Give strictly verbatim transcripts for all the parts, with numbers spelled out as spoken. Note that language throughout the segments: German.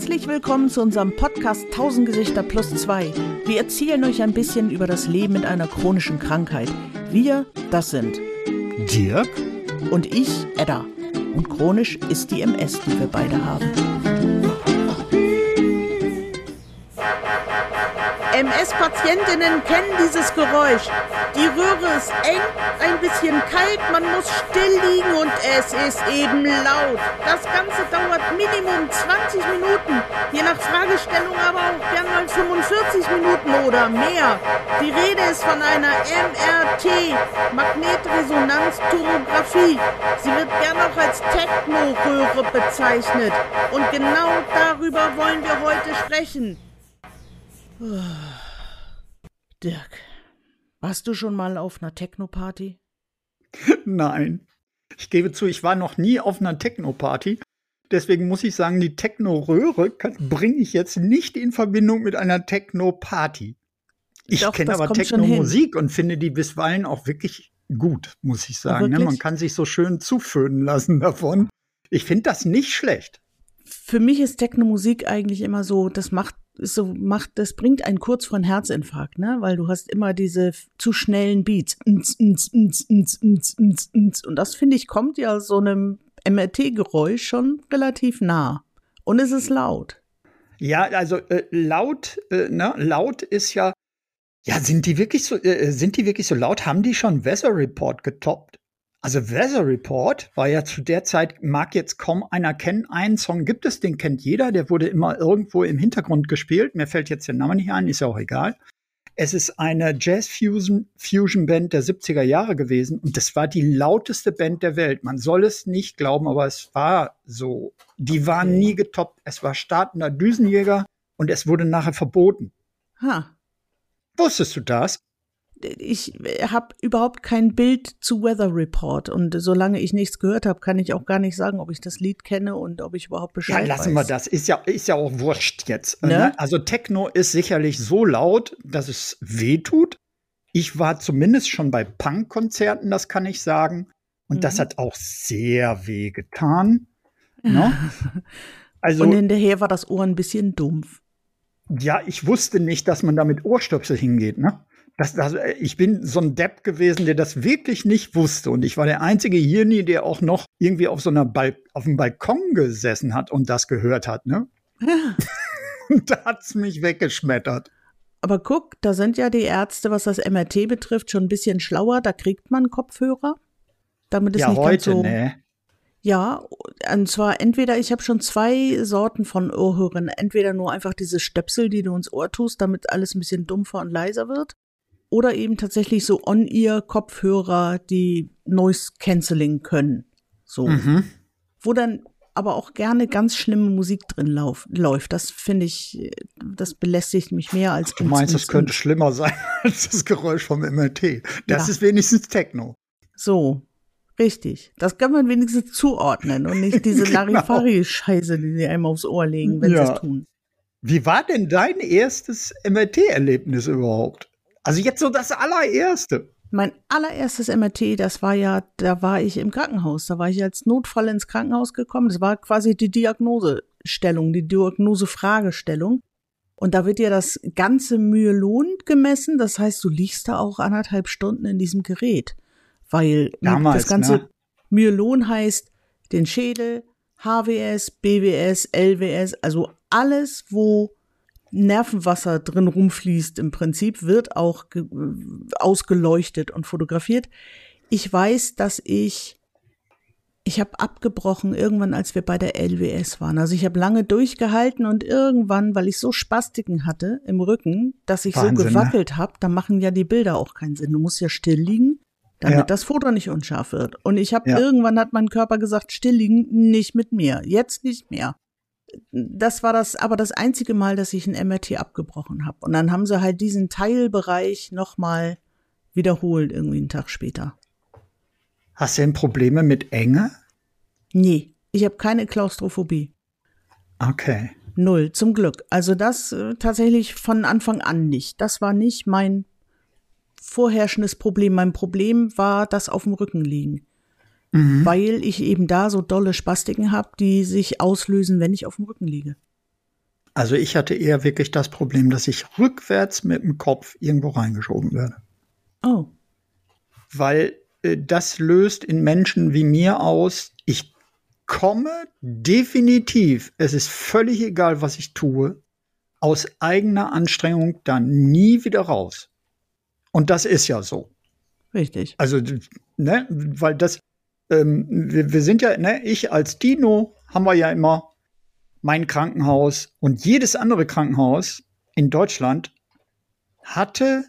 Herzlich willkommen zu unserem Podcast tausend Gesichter plus zwei. Wir erzählen euch ein bisschen über das Leben mit einer chronischen Krankheit. Wir, das sind Dirk und ich, Edda. Und chronisch ist die M S, die wir beide haben. M S-Patientinnen kennen dieses Geräusch. Die Röhre ist eng, ein bisschen kalt, man muss still liegen und es ist eben laut. Das Ganze dauert Minimum zwanzig Minuten, je nach Fragestellung aber auch gern mal fünfundvierzig Minuten oder mehr. Die Rede ist von einer M R T, Magnetresonanztomographie. Sie wird gern auch als Techno-Röhre bezeichnet. Und genau darüber wollen wir heute sprechen. Dirk, warst du schon mal auf einer Techno-Party? Nein. Ich gebe zu, ich war noch nie auf einer Techno-Party. Deswegen muss ich sagen, die Techno-Röhre bringe ich jetzt nicht in Verbindung mit einer Techno-Party. Ich kenne aber Techno-Musik und finde die bisweilen auch wirklich gut, muss ich sagen. Ne? Man kann sich so schön zuföhnen lassen davon. Ich finde das nicht schlecht. Für mich ist Techno-Musik eigentlich immer so, das macht so macht, das bringt einen kurz vor einen Herzinfarkt, ne? Weil du hast immer diese zu schnellen Beats. Und das, finde ich, kommt ja so einem M R T-Geräusch schon relativ nah. Und es ist laut. Ja, also äh, laut, äh, ne? Laut ist ja, ja, sind die wirklich so, äh, sind die wirklich so laut? Haben die schon Weather Report getoppt? Also Weather Report war ja zu der Zeit, mag jetzt kaum einer kennen, einen Song gibt es, den kennt jeder, der wurde immer irgendwo im Hintergrund gespielt. Mir fällt jetzt der Name nicht ein, ist ja auch egal. Es ist eine Jazz-Fusion-Band der siebziger Jahre gewesen und das war die lauteste Band der Welt. Man soll es nicht glauben, aber es war so. Die waren okay. Nie getoppt. Es war startender Düsenjäger und es wurde nachher verboten. Ha. Wusstest du das? Ich habe überhaupt kein Bild zu Weather Report und solange ich nichts gehört habe, kann ich auch gar nicht sagen, ob ich das Lied kenne und ob ich überhaupt Bescheid weiß. Ja, lassen weiß. wir das. Ist ja, ist ja auch wurscht jetzt. Ne? Ne? Also Techno ist sicherlich so laut, dass es wehtut. Ich war zumindest schon bei Punk-Konzerten, das kann ich sagen. Und mhm. das hat auch sehr weh getan. Ne? Also, und hinterher war das Ohr ein bisschen dumpf. Ja, ich wusste nicht, dass man da mit Ohrstöpsel hingeht, ne? Das, das, ich bin so ein Depp gewesen, der das wirklich nicht wusste. Und ich war der einzige Hirni, der auch noch irgendwie auf so einer Bal- auf dem Balkon gesessen hat und das gehört hat, ne? Ja. Und da hat's mich weggeschmettert. Aber guck, da sind ja die Ärzte, was das M R T betrifft, schon ein bisschen schlauer. Da kriegt man Kopfhörer. Damit es ja, nicht heute, ganz so. Ne? Ja, und zwar entweder, ich habe schon zwei Sorten von Ohrhörern. Entweder nur einfach diese Stöpsel, die du ins Ohr tust, damit alles ein bisschen dumpfer und leiser wird. Oder eben tatsächlich so On-Ear-Kopfhörer, die Noise Cancelling können. So. Mhm. Wo dann aber auch gerne ganz schlimme Musik drin lauf, läuft. Das finde ich, das belästigt mich mehr als. Du meinst, das könnte schlimmer sein als das Geräusch vom M R T. Das ja. ist wenigstens Techno. So, richtig. Das kann man wenigstens zuordnen und nicht diese genau. Larifari-Scheiße, die sie einem aufs Ohr legen, wenn ja. sie es tun. Wie war denn dein erstes M R T-Erlebnis überhaupt? Also jetzt so das allererste. Mein allererstes M R T, das war ja, da war ich im Krankenhaus. Da war ich als Notfall ins Krankenhaus gekommen. Das war quasi die Diagnosestellung, die Diagnosefragestellung. Und da wird ja das ganze Myelon gemessen. Das heißt, du liegst da auch anderthalb Stunden in diesem Gerät. Weil Damals, das ganze ne? Myelon heißt den Schädel, H W S, B W S, L W S, also alles, wo Nervenwasser drin rumfließt im Prinzip, wird auch ge- ausgeleuchtet und fotografiert. Ich weiß, dass ich, ich habe abgebrochen irgendwann, als wir bei der L W S waren. Also ich habe lange durchgehalten und irgendwann, weil ich so Spastiken hatte im Rücken, dass ich Wahnsinn, so gewackelt ne? habe, da machen ja die Bilder auch keinen Sinn. Du musst ja still liegen, damit ja. das Foto nicht unscharf wird. Und ich habe ja. irgendwann hat mein Körper gesagt, still liegen, nicht mit mir, jetzt nicht mehr. Das war das, aber das einzige Mal, dass ich ein M R T abgebrochen habe. Und dann haben sie halt diesen Teilbereich nochmal wiederholt, irgendwie einen Tag später. Hast du denn Probleme mit Enge? Nee, ich habe keine Klaustrophobie. Okay. Null, zum Glück. Also das äh, tatsächlich von Anfang an nicht. Das war nicht mein vorherrschendes Problem. Mein Problem war das auf dem Rücken liegen. Mhm. Weil ich eben da so dolle Spastiken habe, die sich auslösen, wenn ich auf dem Rücken liege. Also ich hatte eher wirklich das Problem, dass ich rückwärts mit dem Kopf irgendwo reingeschoben werde. Oh. Weil äh, das löst in Menschen wie mir aus, ich komme definitiv, es ist völlig egal, was ich tue, aus eigener Anstrengung dann nie wieder raus. Und das ist ja so. Richtig. Also, ne, weil das, ähm, wir, wir sind ja, ne, ich als Dino haben wir ja immer mein Krankenhaus und jedes andere Krankenhaus in Deutschland hatte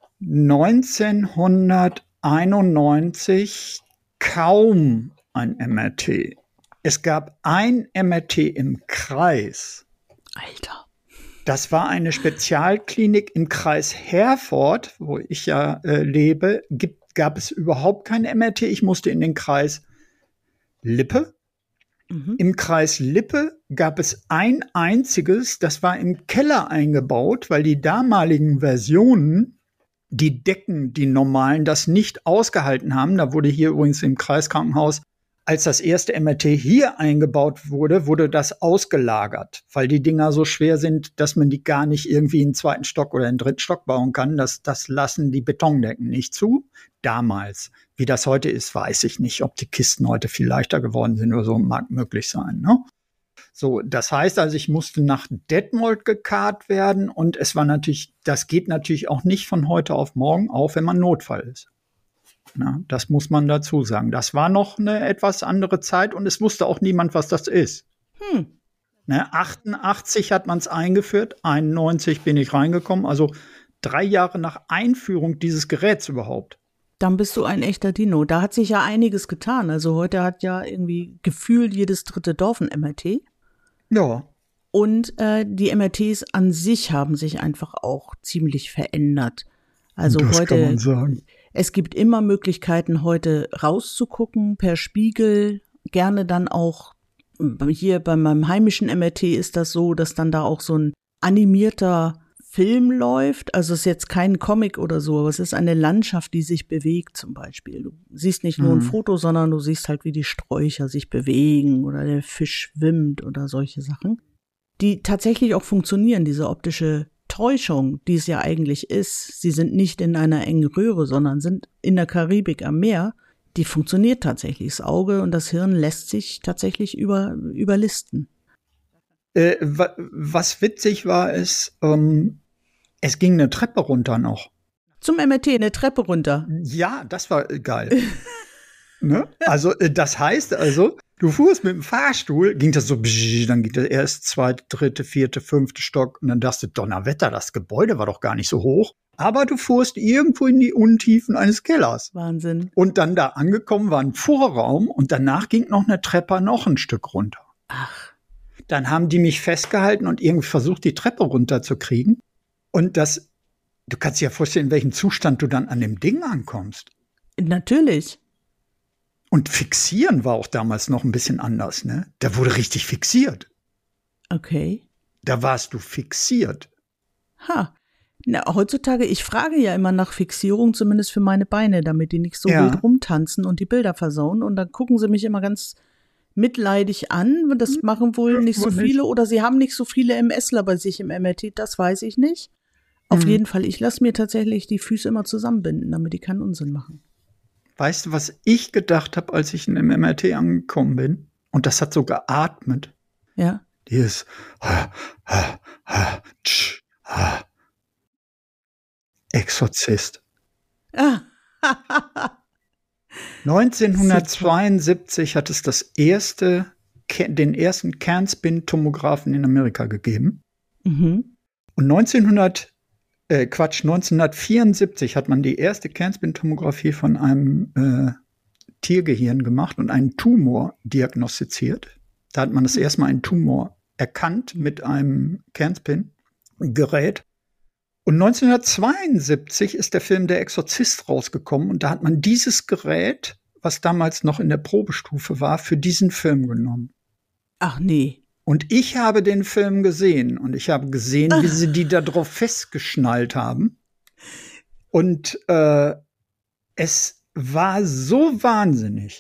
neunzehnhunderteinundneunzig kaum ein M R T. Es gab ein M R T im Kreis. Alter. Das war eine Spezialklinik im Kreis Herford, wo ich ja äh, lebe. Gibt, gab es überhaupt kein M R T. Ich musste in den Kreis Lippe. Mhm. Im Kreis Lippe gab es ein einziges, das war im Keller eingebaut, weil die damaligen Versionen, die Decken, die normalen, das nicht ausgehalten haben. Da wurde hier übrigens im Kreiskrankenhaus, als das erste M R T hier eingebaut wurde, wurde das ausgelagert, weil die Dinger so schwer sind, dass man die gar nicht irgendwie in den zweiten Stock oder in den dritten Stock bauen kann. Das, das lassen die Betondecken nicht zu. Damals. Wie das heute ist, weiß ich nicht. Ob die Kisten heute viel leichter geworden sind oder so, mag möglich sein. Ne? So, das heißt also, ich musste nach Detmold gekarrt werden und es war natürlich, das geht natürlich auch nicht von heute auf morgen, auch wenn man Notfall ist. Na, das muss man dazu sagen. Das war noch eine etwas andere Zeit und es wusste auch niemand, was das ist. Hm. Ne, achtundachtzig hat man es eingeführt, einundneunzig bin ich reingekommen, also drei Jahre nach Einführung dieses Geräts überhaupt. Dann bist du ein echter Dino. Da hat sich ja einiges getan. Also heute hat ja irgendwie gefühlt jedes dritte Dorf ein M R T. Ja. Und äh, die M R Ts an sich haben sich einfach auch ziemlich verändert. Also das heute, kann man sagen. Es gibt immer Möglichkeiten, heute rauszugucken per Spiegel. Gerne dann auch, hier bei meinem heimischen M R T ist das so, dass dann da auch so ein animierter Film läuft. Also es ist jetzt kein Comic oder so, aber es ist eine Landschaft, die sich bewegt zum Beispiel. Du siehst nicht nur ein Mhm. Foto, sondern du siehst halt, wie die Sträucher sich bewegen oder der Fisch schwimmt oder solche Sachen, die tatsächlich auch funktionieren, diese optische Täuschung, die es ja eigentlich ist. Sie sind nicht in einer engen Röhre, sondern sind in der Karibik am Meer. Die funktioniert tatsächlich. Das Auge und das Hirn lässt sich tatsächlich über, überlisten. Äh, wa- was witzig war, ist, ähm, es ging eine Treppe runter noch. Zum M R T, eine Treppe runter. Ja, das war äh, geil. Ne? Also, äh, das heißt also, du fuhrst mit dem Fahrstuhl, ging das so, bzz, dann ging der erste, zweite, dritte, vierte, fünfte Stock und dann dachte du, Donnerwetter, das Gebäude war doch gar nicht so hoch. Aber du fuhrst irgendwo in die Untiefen eines Kellers. Wahnsinn. Und dann da angekommen war ein Vorraum und danach ging noch eine Treppe noch ein Stück runter. Ach. Dann haben die mich festgehalten und irgendwie versucht, die Treppe runterzukriegen. Und das, du kannst dir ja vorstellen, in welchem Zustand du dann an dem Ding ankommst. Natürlich. Und fixieren war auch damals noch ein bisschen anders, ne? Da wurde richtig fixiert. Okay. Da warst du fixiert. Ha. Na, heutzutage, ich frage ja immer nach Fixierung, zumindest für meine Beine, damit die nicht so Ja. wild rumtanzen und die Bilder versauen. Und dann gucken sie mich immer ganz mitleidig an. Das machen wohl nicht so wohl nicht. viele oder sie haben nicht so viele MSler bei sich im M R T, das weiß ich nicht. Auf Mhm. jeden Fall, ich lasse mir tatsächlich die Füße immer zusammenbinden, damit die keinen Unsinn machen. Weißt du, was ich gedacht habe, als ich in dem M R T angekommen bin? Und das hat so geatmet. Ja. Dieses ha, ha, ha, tsch, ha. Exorzist. Ah. neunzehnhundertzweiundsiebzig hat es das erste, Ke- den ersten Kernspin-Tomographen in Amerika gegeben. Mhm. Und neunzehnhundert, äh, Quatsch, neunzehnhundertvierundsiebzig hat man die erste Kernspintomographie von einem äh, Tiergehirn gemacht und einen Tumor diagnostiziert. Da hat man das erste Mal einen Tumor erkannt mit einem Kernspin-Gerät. Und neunzehnhundertzweiundsiebzig ist der Film Der Exorzist rausgekommen und da hat man dieses Gerät, was damals noch in der Probestufe war, für diesen Film genommen. Ach nee. Und ich habe den Film gesehen und ich habe gesehen, wie sie die da drauf festgeschnallt haben. Und äh, es war so wahnsinnig,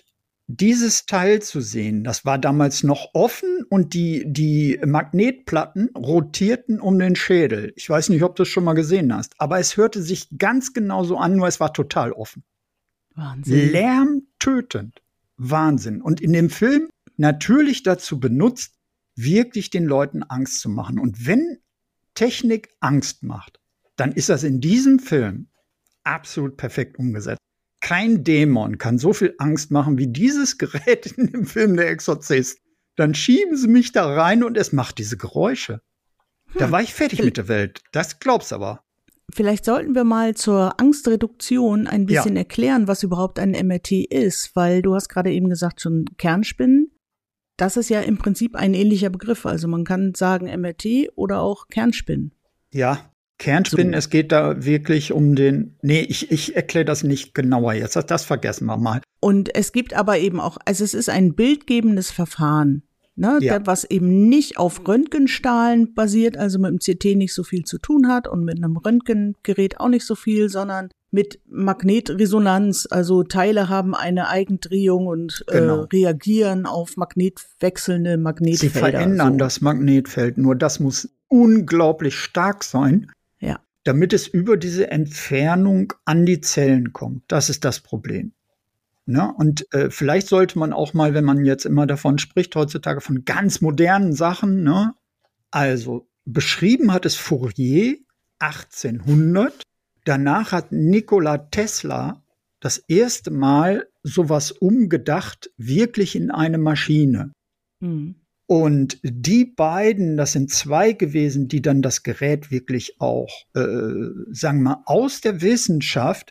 dieses Teil zu sehen, das war damals noch offen und die, die Magnetplatten rotierten um den Schädel. Ich weiß nicht, ob du es schon mal gesehen hast, aber es hörte sich ganz genauso an, nur es war total offen. Wahnsinn. Lärmtötend. Wahnsinn. Und in dem Film natürlich dazu benutzt, wirklich den Leuten Angst zu machen. Und wenn Technik Angst macht, dann ist das in diesem Film absolut perfekt umgesetzt. Kein Dämon kann so viel Angst machen wie dieses Gerät in dem Film Der Exorzist. Dann schieben sie mich da rein und es macht diese Geräusche. Hm. Da war ich fertig mit der Welt. Das glaubst aber. Vielleicht sollten wir mal zur Angstreduktion ein bisschen ja. erklären, was überhaupt ein M R T ist, weil du hast gerade eben gesagt, schon Kernspinnen. Das ist ja im Prinzip ein ähnlicher Begriff. Also man kann sagen M R T oder auch Kernspinnen. Ja, Kernspinnen, so. Es geht da wirklich um den, nee, ich, ich erkläre das nicht genauer jetzt, das, das vergessen wir mal. Und es gibt aber eben auch, also es ist ein bildgebendes Verfahren, ne, ja. was eben nicht auf Röntgenstrahlen basiert, also mit dem C T nicht so viel zu tun hat und mit einem Röntgengerät auch nicht so viel, sondern mit Magnetresonanz, also Teile haben eine Eigendrehung und genau. äh, reagieren auf magnetwechselnde Magnetfelder. Sie verändern so. Das Magnetfeld, nur das muss unglaublich stark sein, ja. damit es über diese Entfernung an die Zellen kommt. Das ist das Problem. Ne? Und äh, vielleicht sollte man auch mal, wenn man jetzt immer davon spricht, heutzutage von ganz modernen Sachen, ne? Also beschrieben hat es Fourier achtzehnhundert. Danach hat Nikola Tesla das erste Mal sowas umgedacht, wirklich in eine Maschine. Mhm. Und die beiden, das sind zwei gewesen, die dann das Gerät wirklich auch, äh, sagen wir mal, aus der Wissenschaft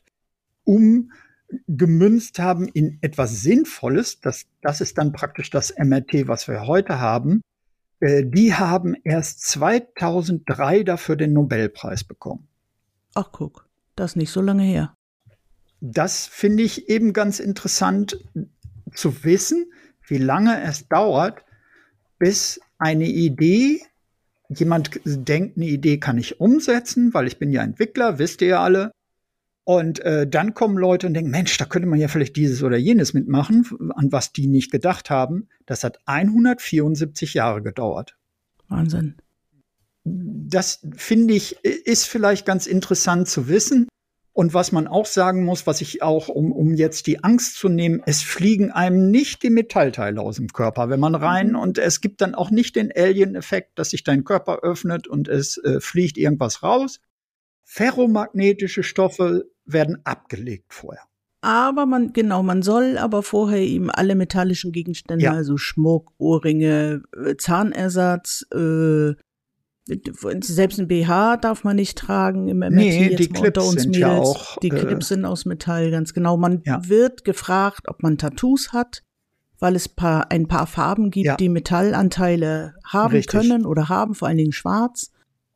umgemünzt haben in etwas Sinnvolles. Das, das ist dann praktisch das M R T, was wir heute haben. Äh, die haben erst zweitausenddrei dafür den Nobelpreis bekommen. Ach, guck, das ist nicht so lange her. Das finde ich eben ganz interessant zu wissen, wie lange es dauert, bis eine Idee, jemand denkt, eine Idee kann ich umsetzen, weil ich bin ja Entwickler, wisst ihr ja alle. Und äh, dann kommen Leute und denken, Mensch, da könnte man ja vielleicht dieses oder jenes mitmachen, an was die nicht gedacht haben. Das hat hundertvierundsiebzig Jahre gedauert. Wahnsinn. Das finde ich, ist vielleicht ganz interessant zu wissen. Und was man auch sagen muss, was ich auch, um, um jetzt die Angst zu nehmen, es fliegen einem nicht die Metallteile aus dem Körper, wenn man rein, mhm. und es gibt dann auch nicht den Alien-Effekt, dass sich dein Körper öffnet und es äh, fliegt irgendwas raus. Ferromagnetische Stoffe werden abgelegt vorher. Aber man, genau, man soll aber vorher eben alle metallischen Gegenstände, ja. also Schmuck, Ohrringe, Zahnersatz, äh, selbst ein B H darf man nicht tragen im M R T. Nee, jetzt die Clips unter uns sind Mädels. ja auch. Die Clips äh, sind aus Metall, ganz genau. Man ja. wird gefragt, ob man Tattoos hat, weil es paar, ein paar Farben gibt, ja. die Metallanteile haben Richtig. können oder haben, vor allen Dingen schwarz.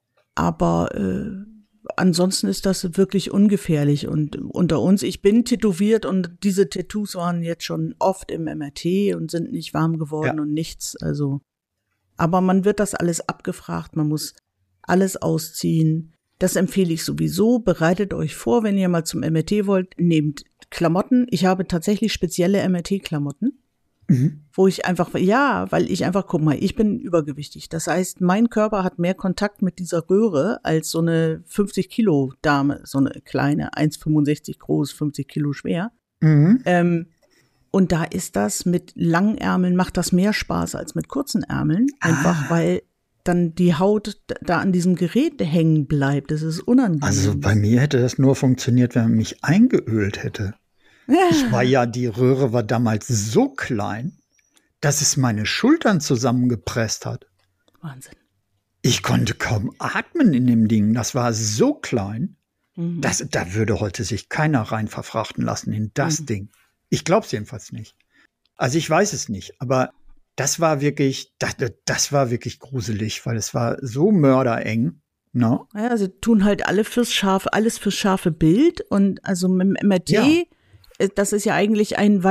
Aber äh, ansonsten ist das wirklich ungefährlich. Und unter uns, ich bin tätowiert und diese Tattoos waren jetzt schon oft im M R T und sind nicht warm geworden ja. und nichts. Also, aber man wird das alles abgefragt, man muss alles ausziehen. Das empfehle ich sowieso. Bereitet euch vor, wenn ihr mal zum M R T wollt, nehmt Klamotten. Ich habe tatsächlich spezielle M R T-Klamotten. Mhm. Wo ich einfach, ja, weil ich einfach, guck mal, ich bin übergewichtig. Das heißt, mein Körper hat mehr Kontakt mit dieser Röhre als so eine fünfzig Kilo Dame, so eine kleine, eins Komma fünfundsechzig groß, fünfzig Kilo schwer. Mhm. Ähm, und da ist das mit langen Ärmeln, macht das mehr Spaß als mit kurzen Ärmeln. Einfach, ah. weil dann die Haut da an diesem Gerät hängen bleibt. Das ist unangenehm. Also bei mir hätte das nur funktioniert, wenn man mich eingeölt hätte. Ich war ja, die Röhre war damals so klein, dass es meine Schultern zusammengepresst hat. Wahnsinn. Ich konnte kaum atmen in dem Ding. Das war so klein. Mhm. Das, da würde heute sich keiner rein verfrachten lassen in das mhm. Ding. Ich glaube es jedenfalls nicht. Also ich weiß es nicht, aber das war wirklich, das, das war wirklich gruselig, weil es war so mördereng. No? Ja, sie tun halt alle fürs scharfe, alles fürs scharfe Bild und also mit dem M R T. Ja. Das ist ja eigentlich ein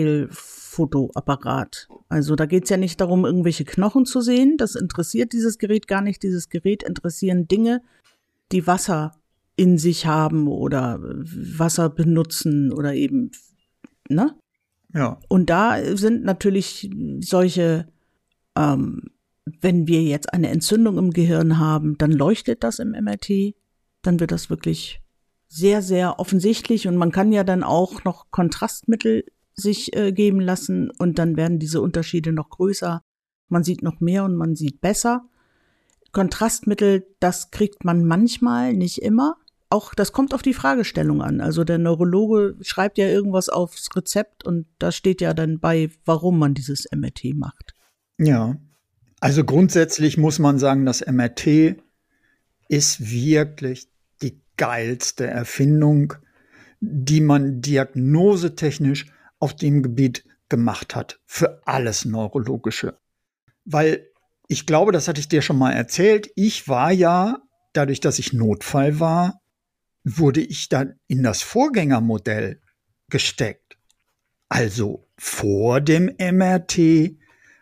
Weichteilfotoapparat. Also da geht's ja nicht darum, irgendwelche Knochen zu sehen. Das interessiert dieses Gerät gar nicht. Dieses Gerät interessieren Dinge, die Wasser in sich haben oder Wasser benutzen oder eben, ne? Ja. Und da sind natürlich solche, ähm, wenn wir jetzt eine Entzündung im Gehirn haben, dann leuchtet das im M R T, dann wird das wirklich sehr, sehr offensichtlich und man kann ja dann auch noch Kontrastmittel sich äh, geben lassen und dann werden diese Unterschiede noch größer. Man sieht noch mehr und man sieht besser. Kontrastmittel, das kriegt man manchmal, nicht immer. Auch das kommt auf die Fragestellung an. Also der Neurologe schreibt ja irgendwas aufs Rezept und da steht ja dann bei, warum man dieses M R T macht. Ja, also grundsätzlich muss man sagen, das M R T ist wirklich die geilste Erfindung, die man diagnosetechnisch auf dem Gebiet gemacht hat, für alles Neurologische. Weil ich glaube, das hatte ich dir schon mal erzählt, ich war ja, dadurch, dass ich Notfall war, wurde ich dann in das Vorgängermodell gesteckt. Also vor dem M R T,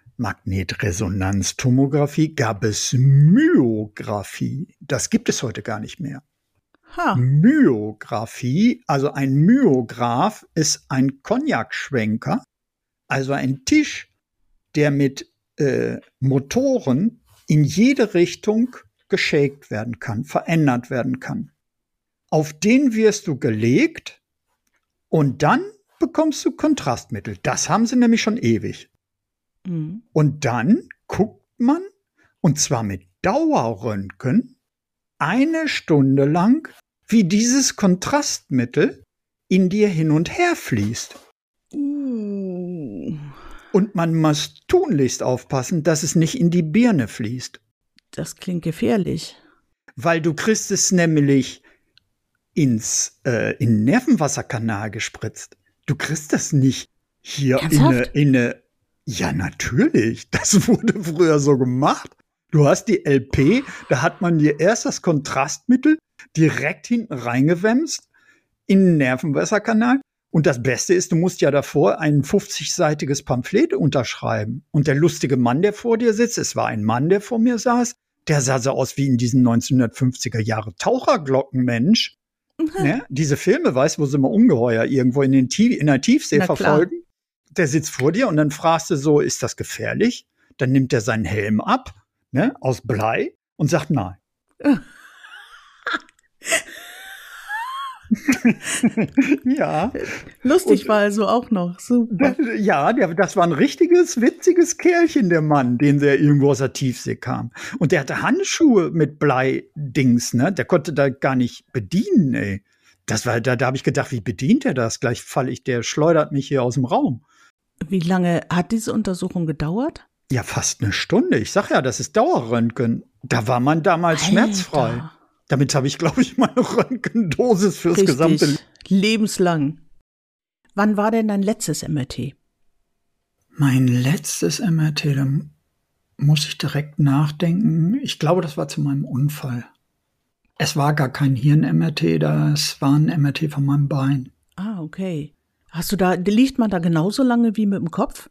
Magnetresonanztomographie, gab es Myographie. Das gibt es heute gar nicht mehr. Ha. Myographie, also ein Myograph ist ein Cognac-Schwenker, also ein Tisch, der mit äh, Motoren in jede Richtung geshakt werden kann, verändert werden kann. Auf den wirst du gelegt und dann bekommst du Kontrastmittel. Das haben sie nämlich schon ewig. Mhm. Und dann guckt man, und zwar mit Dauerröntgen, eine Stunde lang, wie dieses Kontrastmittel in dir hin und her fließt. Uh. Und man muss tunlichst aufpassen, dass es nicht in die Birne fließt. Das klingt gefährlich. Weil du kriegst es nämlich ins äh, in den Nervenwasserkanal gespritzt. Du kriegst das nicht hier in eine, in eine. Ja, natürlich. Das wurde früher so gemacht. Du hast die L P, da hat man dir erst das Kontrastmittel direkt hinten reingewämst in den Nervenwasserkanal. Und das Beste ist, du musst ja davor ein fünfzig-seitiges Pamphlet unterschreiben. Und der lustige Mann, der vor dir sitzt, es war ein Mann, der vor mir saß, der sah so aus wie in diesen neunzehnhundertfünfziger Jahre Taucherglockenmensch. Mhm. Ne? Diese Filme, weißt du, wo sie mal Ungeheuer irgendwo in, den Tief- in der Tiefsee verfolgen. Der sitzt vor dir und dann fragst du so, ist das gefährlich? Dann nimmt er seinen Helm ab, ne, aus Blei und sagt nein. Ja. Lustig und, war also auch noch. Super. Das, ja, der, das war ein richtiges, witziges Kerlchen, der Mann, den der irgendwo aus der Tiefsee kam. Und der hatte Handschuhe mit Bleidings, ne? Der konnte da gar nicht bedienen, ey. Das war, da, da habe ich gedacht, wie bedient er das? Gleich falle ich, der schleudert mich hier aus dem Raum. Wie lange hat diese Untersuchung gedauert? Ja, fast eine Stunde. Ich sag ja, das ist Dauerröntgen. Da war man damals Alter. schmerzfrei. Damit habe ich, glaube ich, meine Röntgendosis fürs Richtig. gesamte Lebenslang. Wann war denn dein letztes M R T? Mein letztes M R T, da muss ich direkt nachdenken. Ich glaube, das war zu meinem Unfall. Es war gar kein Hirn-M R T, das war ein M R T von meinem Bein. Ah, okay. Hast du da, liegt man da genauso lange wie mit dem Kopf?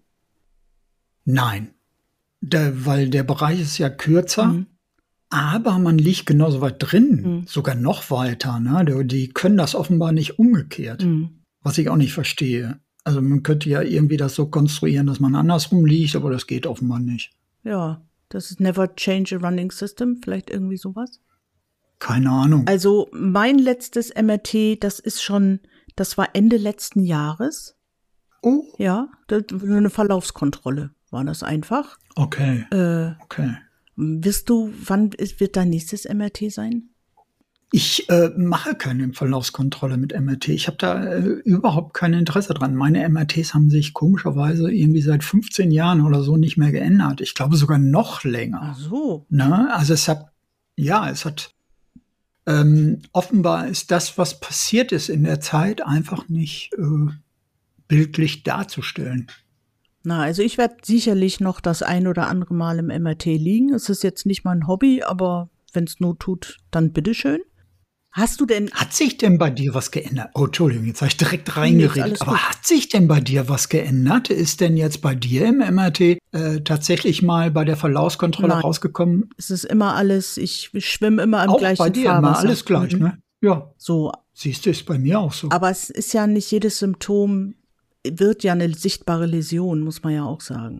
Nein, der, weil der Bereich ist ja kürzer, mhm. aber man liegt genauso weit drin, mhm. sogar noch weiter. Ne? Die, die können das offenbar nicht umgekehrt, mhm. was ich auch nicht verstehe. Also man könnte ja irgendwie das so konstruieren, dass man andersrum liegt, aber das geht offenbar nicht. Ja, das ist never change a running system, vielleicht irgendwie sowas? Keine Ahnung. Also mein letztes M R T, das ist schon, das war Ende letzten Jahres. Oh. Ja, das, eine Verlaufskontrolle war das einfach. Okay. Äh, okay. Wirst du, wann ist, wird dein nächstes M R T sein? Ich äh, mache keine Verlaufskontrolle mit M R T. Ich habe da äh, überhaupt kein Interesse dran. Meine M R Ts haben sich komischerweise irgendwie seit fünfzehn Jahren oder so nicht mehr geändert. Ich glaube sogar noch länger. Ach so. Ne? Also es hat, ja, es hat Ähm, offenbar ist das, was passiert ist in der Zeit, einfach nicht äh, bildlich darzustellen. Na, also ich werde sicherlich noch das ein oder andere Mal im M R T liegen. Es ist jetzt nicht mein Hobby, aber wenn es Not tut, dann bitteschön. Hast du denn... Hat sich denn bei dir was geändert? Oh, Entschuldigung, jetzt habe ich direkt reingeredet. Aber gut. Hat sich denn bei dir was geändert? Ist denn jetzt bei dir im M R T äh, tatsächlich mal bei der Verlaufskontrolle Nein. rausgekommen? Es ist immer alles, ich schwimme immer im auch gleichen bei dir Fahrwasser. Immer alles gleich, mhm. ne? Ja. So. Siehst du, ist bei mir auch so. Aber es ist ja nicht jedes Symptom wird ja eine sichtbare Läsion, muss man ja auch sagen.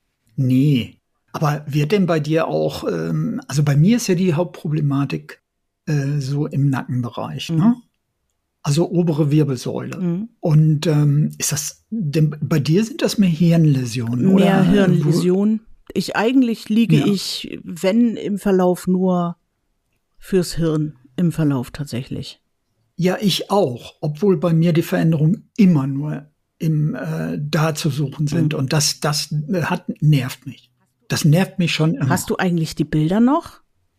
Nee, aber wird denn bei dir auch, ähm, also bei mir ist ja die Hauptproblematik äh, so im Nackenbereich, Mhm. ne? Also obere Wirbelsäule. Mhm. Und ähm, ist das, denn bei dir sind das mehr Hirnläsionen, oder? Mehr Hirnläsionen. Ich, eigentlich liege Ja. ich, wenn im Verlauf, nur fürs Hirn im Verlauf tatsächlich. Ja, ich auch, obwohl bei mir die Veränderungen immer nur im äh, da zu suchen sind. Mhm. Und das, das äh, hat, nervt mich. Das nervt mich schon immer. Hast du eigentlich die Bilder noch?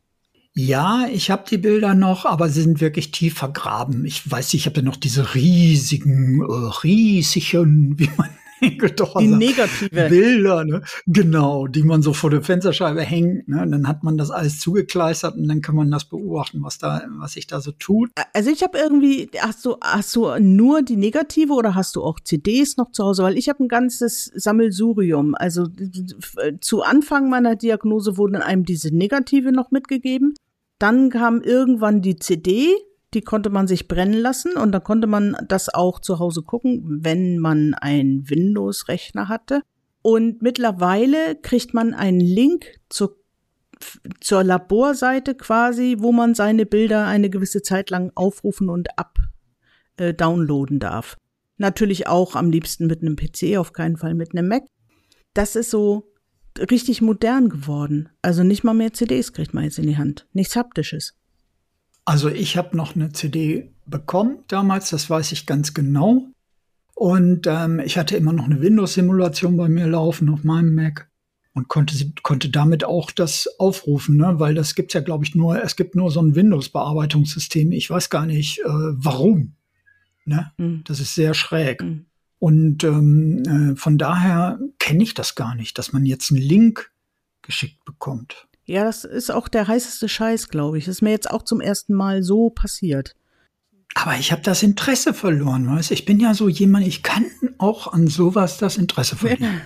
Ja, ich habe die Bilder noch, aber sie sind wirklich tief vergraben. Ich weiß nicht, ich habe ja noch diese riesigen, äh, riesigen, wie man Enkeltochter Die sagt, negative. Bilder, ne? Genau, die man so vor der Fensterscheibe hängt. Ne? Und dann hat man das alles zugekleistert und dann kann man das beobachten, was da, was sich da so tut. Also ich habe irgendwie, hast du, hast du nur die negative oder hast du auch C Ds noch zu Hause? Weil ich habe ein ganzes Sammelsurium. Also zu Anfang meiner Diagnose wurden einem diese negative noch mitgegeben. Dann kam irgendwann die C D, die konnte man sich brennen lassen und dann konnte man das auch zu Hause gucken, wenn man einen Windows-Rechner hatte. Und mittlerweile kriegt man einen Link zur, zur Laborseite quasi, wo man seine Bilder eine gewisse Zeit lang aufrufen und ab äh, downloaden darf. Natürlich auch am liebsten mit einem P C, auf keinen Fall mit einem Mac. Das ist so richtig modern geworden. Also nicht mal mehr C Ds kriegt man jetzt in die Hand. Nichts Haptisches. Also ich habe noch eine C D bekommen damals, das weiß ich ganz genau. Und ähm, ich hatte immer noch eine Windows-Simulation bei mir laufen auf meinem Mac und konnte, konnte damit auch das aufrufen, ne? Weil das gibt's ja, glaube ich, nur, es gibt nur so ein Windows-Bearbeitungssystem. Ich weiß gar nicht, äh, warum. Ne? Mhm. Das ist sehr schräg. Mhm. Und ähm, äh, von daher kenne ich das gar nicht, dass man jetzt einen Link geschickt bekommt. Ja, das ist auch der heißeste Scheiß, glaube ich. Das ist mir jetzt auch zum ersten Mal so passiert. Aber ich habe das Interesse verloren, weißt du? Ich bin ja so jemand, ich kann auch an sowas das Interesse verlieren.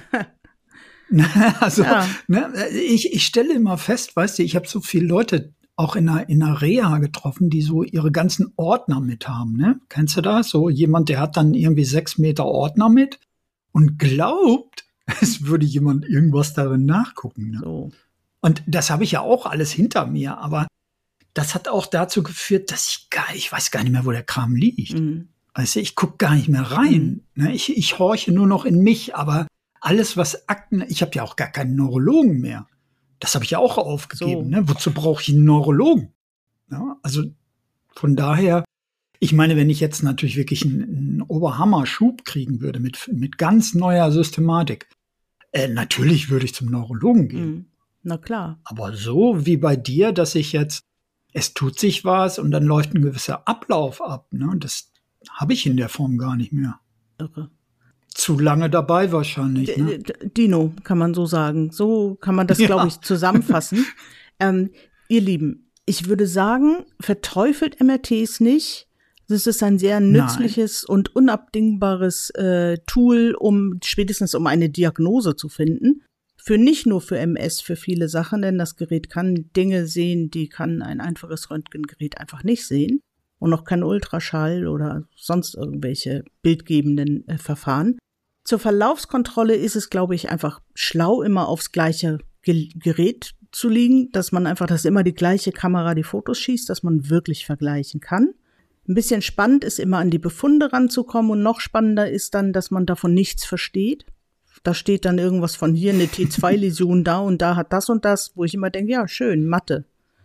also, Ja. ne, ich, ich stelle immer fest, weißt du, ich habe so viele Leute auch in einer, in einer Reha getroffen, die so ihre ganzen Ordner mit haben, ne? Kennst du das? So jemand, der hat dann irgendwie sechs Meter Ordner mit und glaubt, es würde jemand irgendwas darin nachgucken. Ne? So. Und das habe ich ja auch alles hinter mir, aber das hat auch dazu geführt, dass ich gar, ich weiß gar nicht mehr, wo der Kram liegt. Mhm. Weißt du, ich gucke gar nicht mehr rein. Mhm. Ne? Ich, ich horche nur noch in mich, aber alles, was Akten, ich habe ja auch gar keinen Neurologen mehr. Das habe ich ja auch aufgegeben. So. Ne? Wozu brauche ich einen Neurologen? Ja, also von daher, ich meine, wenn ich jetzt natürlich wirklich einen, einen Oberhammer-Schub kriegen würde mit, mit ganz neuer Systematik, äh, natürlich würde ich zum Neurologen gehen. Mhm. Na klar. Aber so wie bei dir, dass ich jetzt, es tut sich was und dann läuft ein gewisser Ablauf ab. Ne? Das habe ich in der Form gar nicht mehr. Irre. Zu lange dabei wahrscheinlich. Ne? D- Dino, kann man so sagen. So kann man das, Ja. glaube ich, zusammenfassen. ähm, ihr Lieben, ich würde sagen, verteufelt M R Ts nicht. Das ist ein sehr nützliches Nein. und unabdingbares äh, Tool, um spätestens um eine Diagnose zu finden. Für nicht nur für M S, für viele Sachen, denn das Gerät kann Dinge sehen, die kann ein einfaches Röntgengerät einfach nicht sehen. Und auch kein Ultraschall oder sonst irgendwelche bildgebenden äh, Verfahren. Zur Verlaufskontrolle ist es, glaube ich, einfach schlau, immer aufs gleiche Ge- Gerät zu liegen, dass man einfach, dass immer die gleiche Kamera die Fotos schießt, dass man wirklich vergleichen kann. Ein bisschen spannend ist immer, an die Befunde ranzukommen und noch spannender ist dann, dass man davon nichts versteht. Da steht dann irgendwas von hier eine T zwei Läsion da und da hat das und das, wo ich immer denke, ja, schön, Mathe.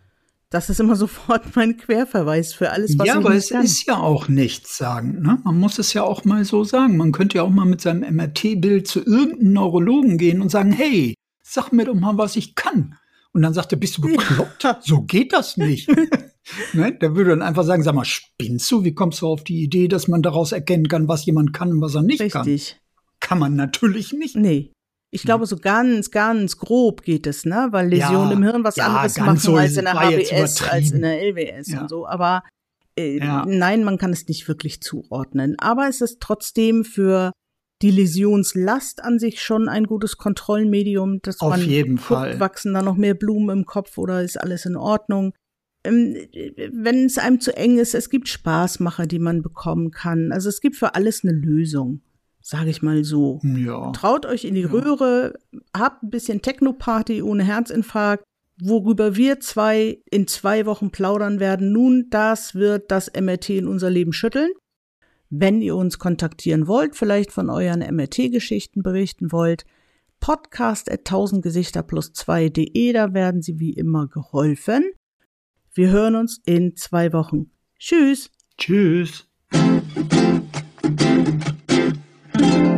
Das ist immer sofort mein Querverweis für alles, was ja, ich aber nicht es kann. ist ja auch nichts sagen. Ne? Man muss es ja auch mal so sagen. Man könnte ja auch mal mit seinem M R T-Bild zu irgendeinem Neurologen gehen und sagen, hey, sag mir doch mal, was ich kann. Und dann sagt er, bist du bekloppt? Ja. So geht das nicht. Ne? Der würde dann einfach sagen, sag mal, spinnst du? Wie kommst du auf die Idee, dass man daraus erkennen kann, was jemand kann und was er nicht kann? Richtig. Kann man natürlich nicht. Nee. Ich glaube, so ganz, ganz grob geht es, ne? Weil Läsionen Ja, im Hirn was ja, anderes ganz machen so als ist- in der war H B jetzt S, als übertrieben. in der L W S Ja. und so. Aber äh, Ja. nein, man kann es nicht wirklich zuordnen. Aber es ist trotzdem für die Läsionslast an sich schon ein gutes Kontrollmedium, dass Auf man jeden guckt, Fall. wachsen da noch mehr Blumen im Kopf oder ist alles in Ordnung. Ähm, wenn es einem zu eng ist, es gibt Spaßmacher, die man bekommen kann. Also es gibt für alles eine Lösung. sage ich mal so. Ja. Traut euch in die ja. Röhre, habt ein bisschen Techno-Party ohne Herzinfarkt, worüber wir zwei in zwei Wochen plaudern werden. Nun, das wird das M R T in unser Leben schütteln. Wenn ihr uns kontaktieren wollt, vielleicht von euren M R T-Geschichten berichten wollt, podcast at tausend Gesichter plus zwei punkt de, da werden sie wie immer geholfen. Wir hören uns in zwei Wochen. Tschüss. Tschüss.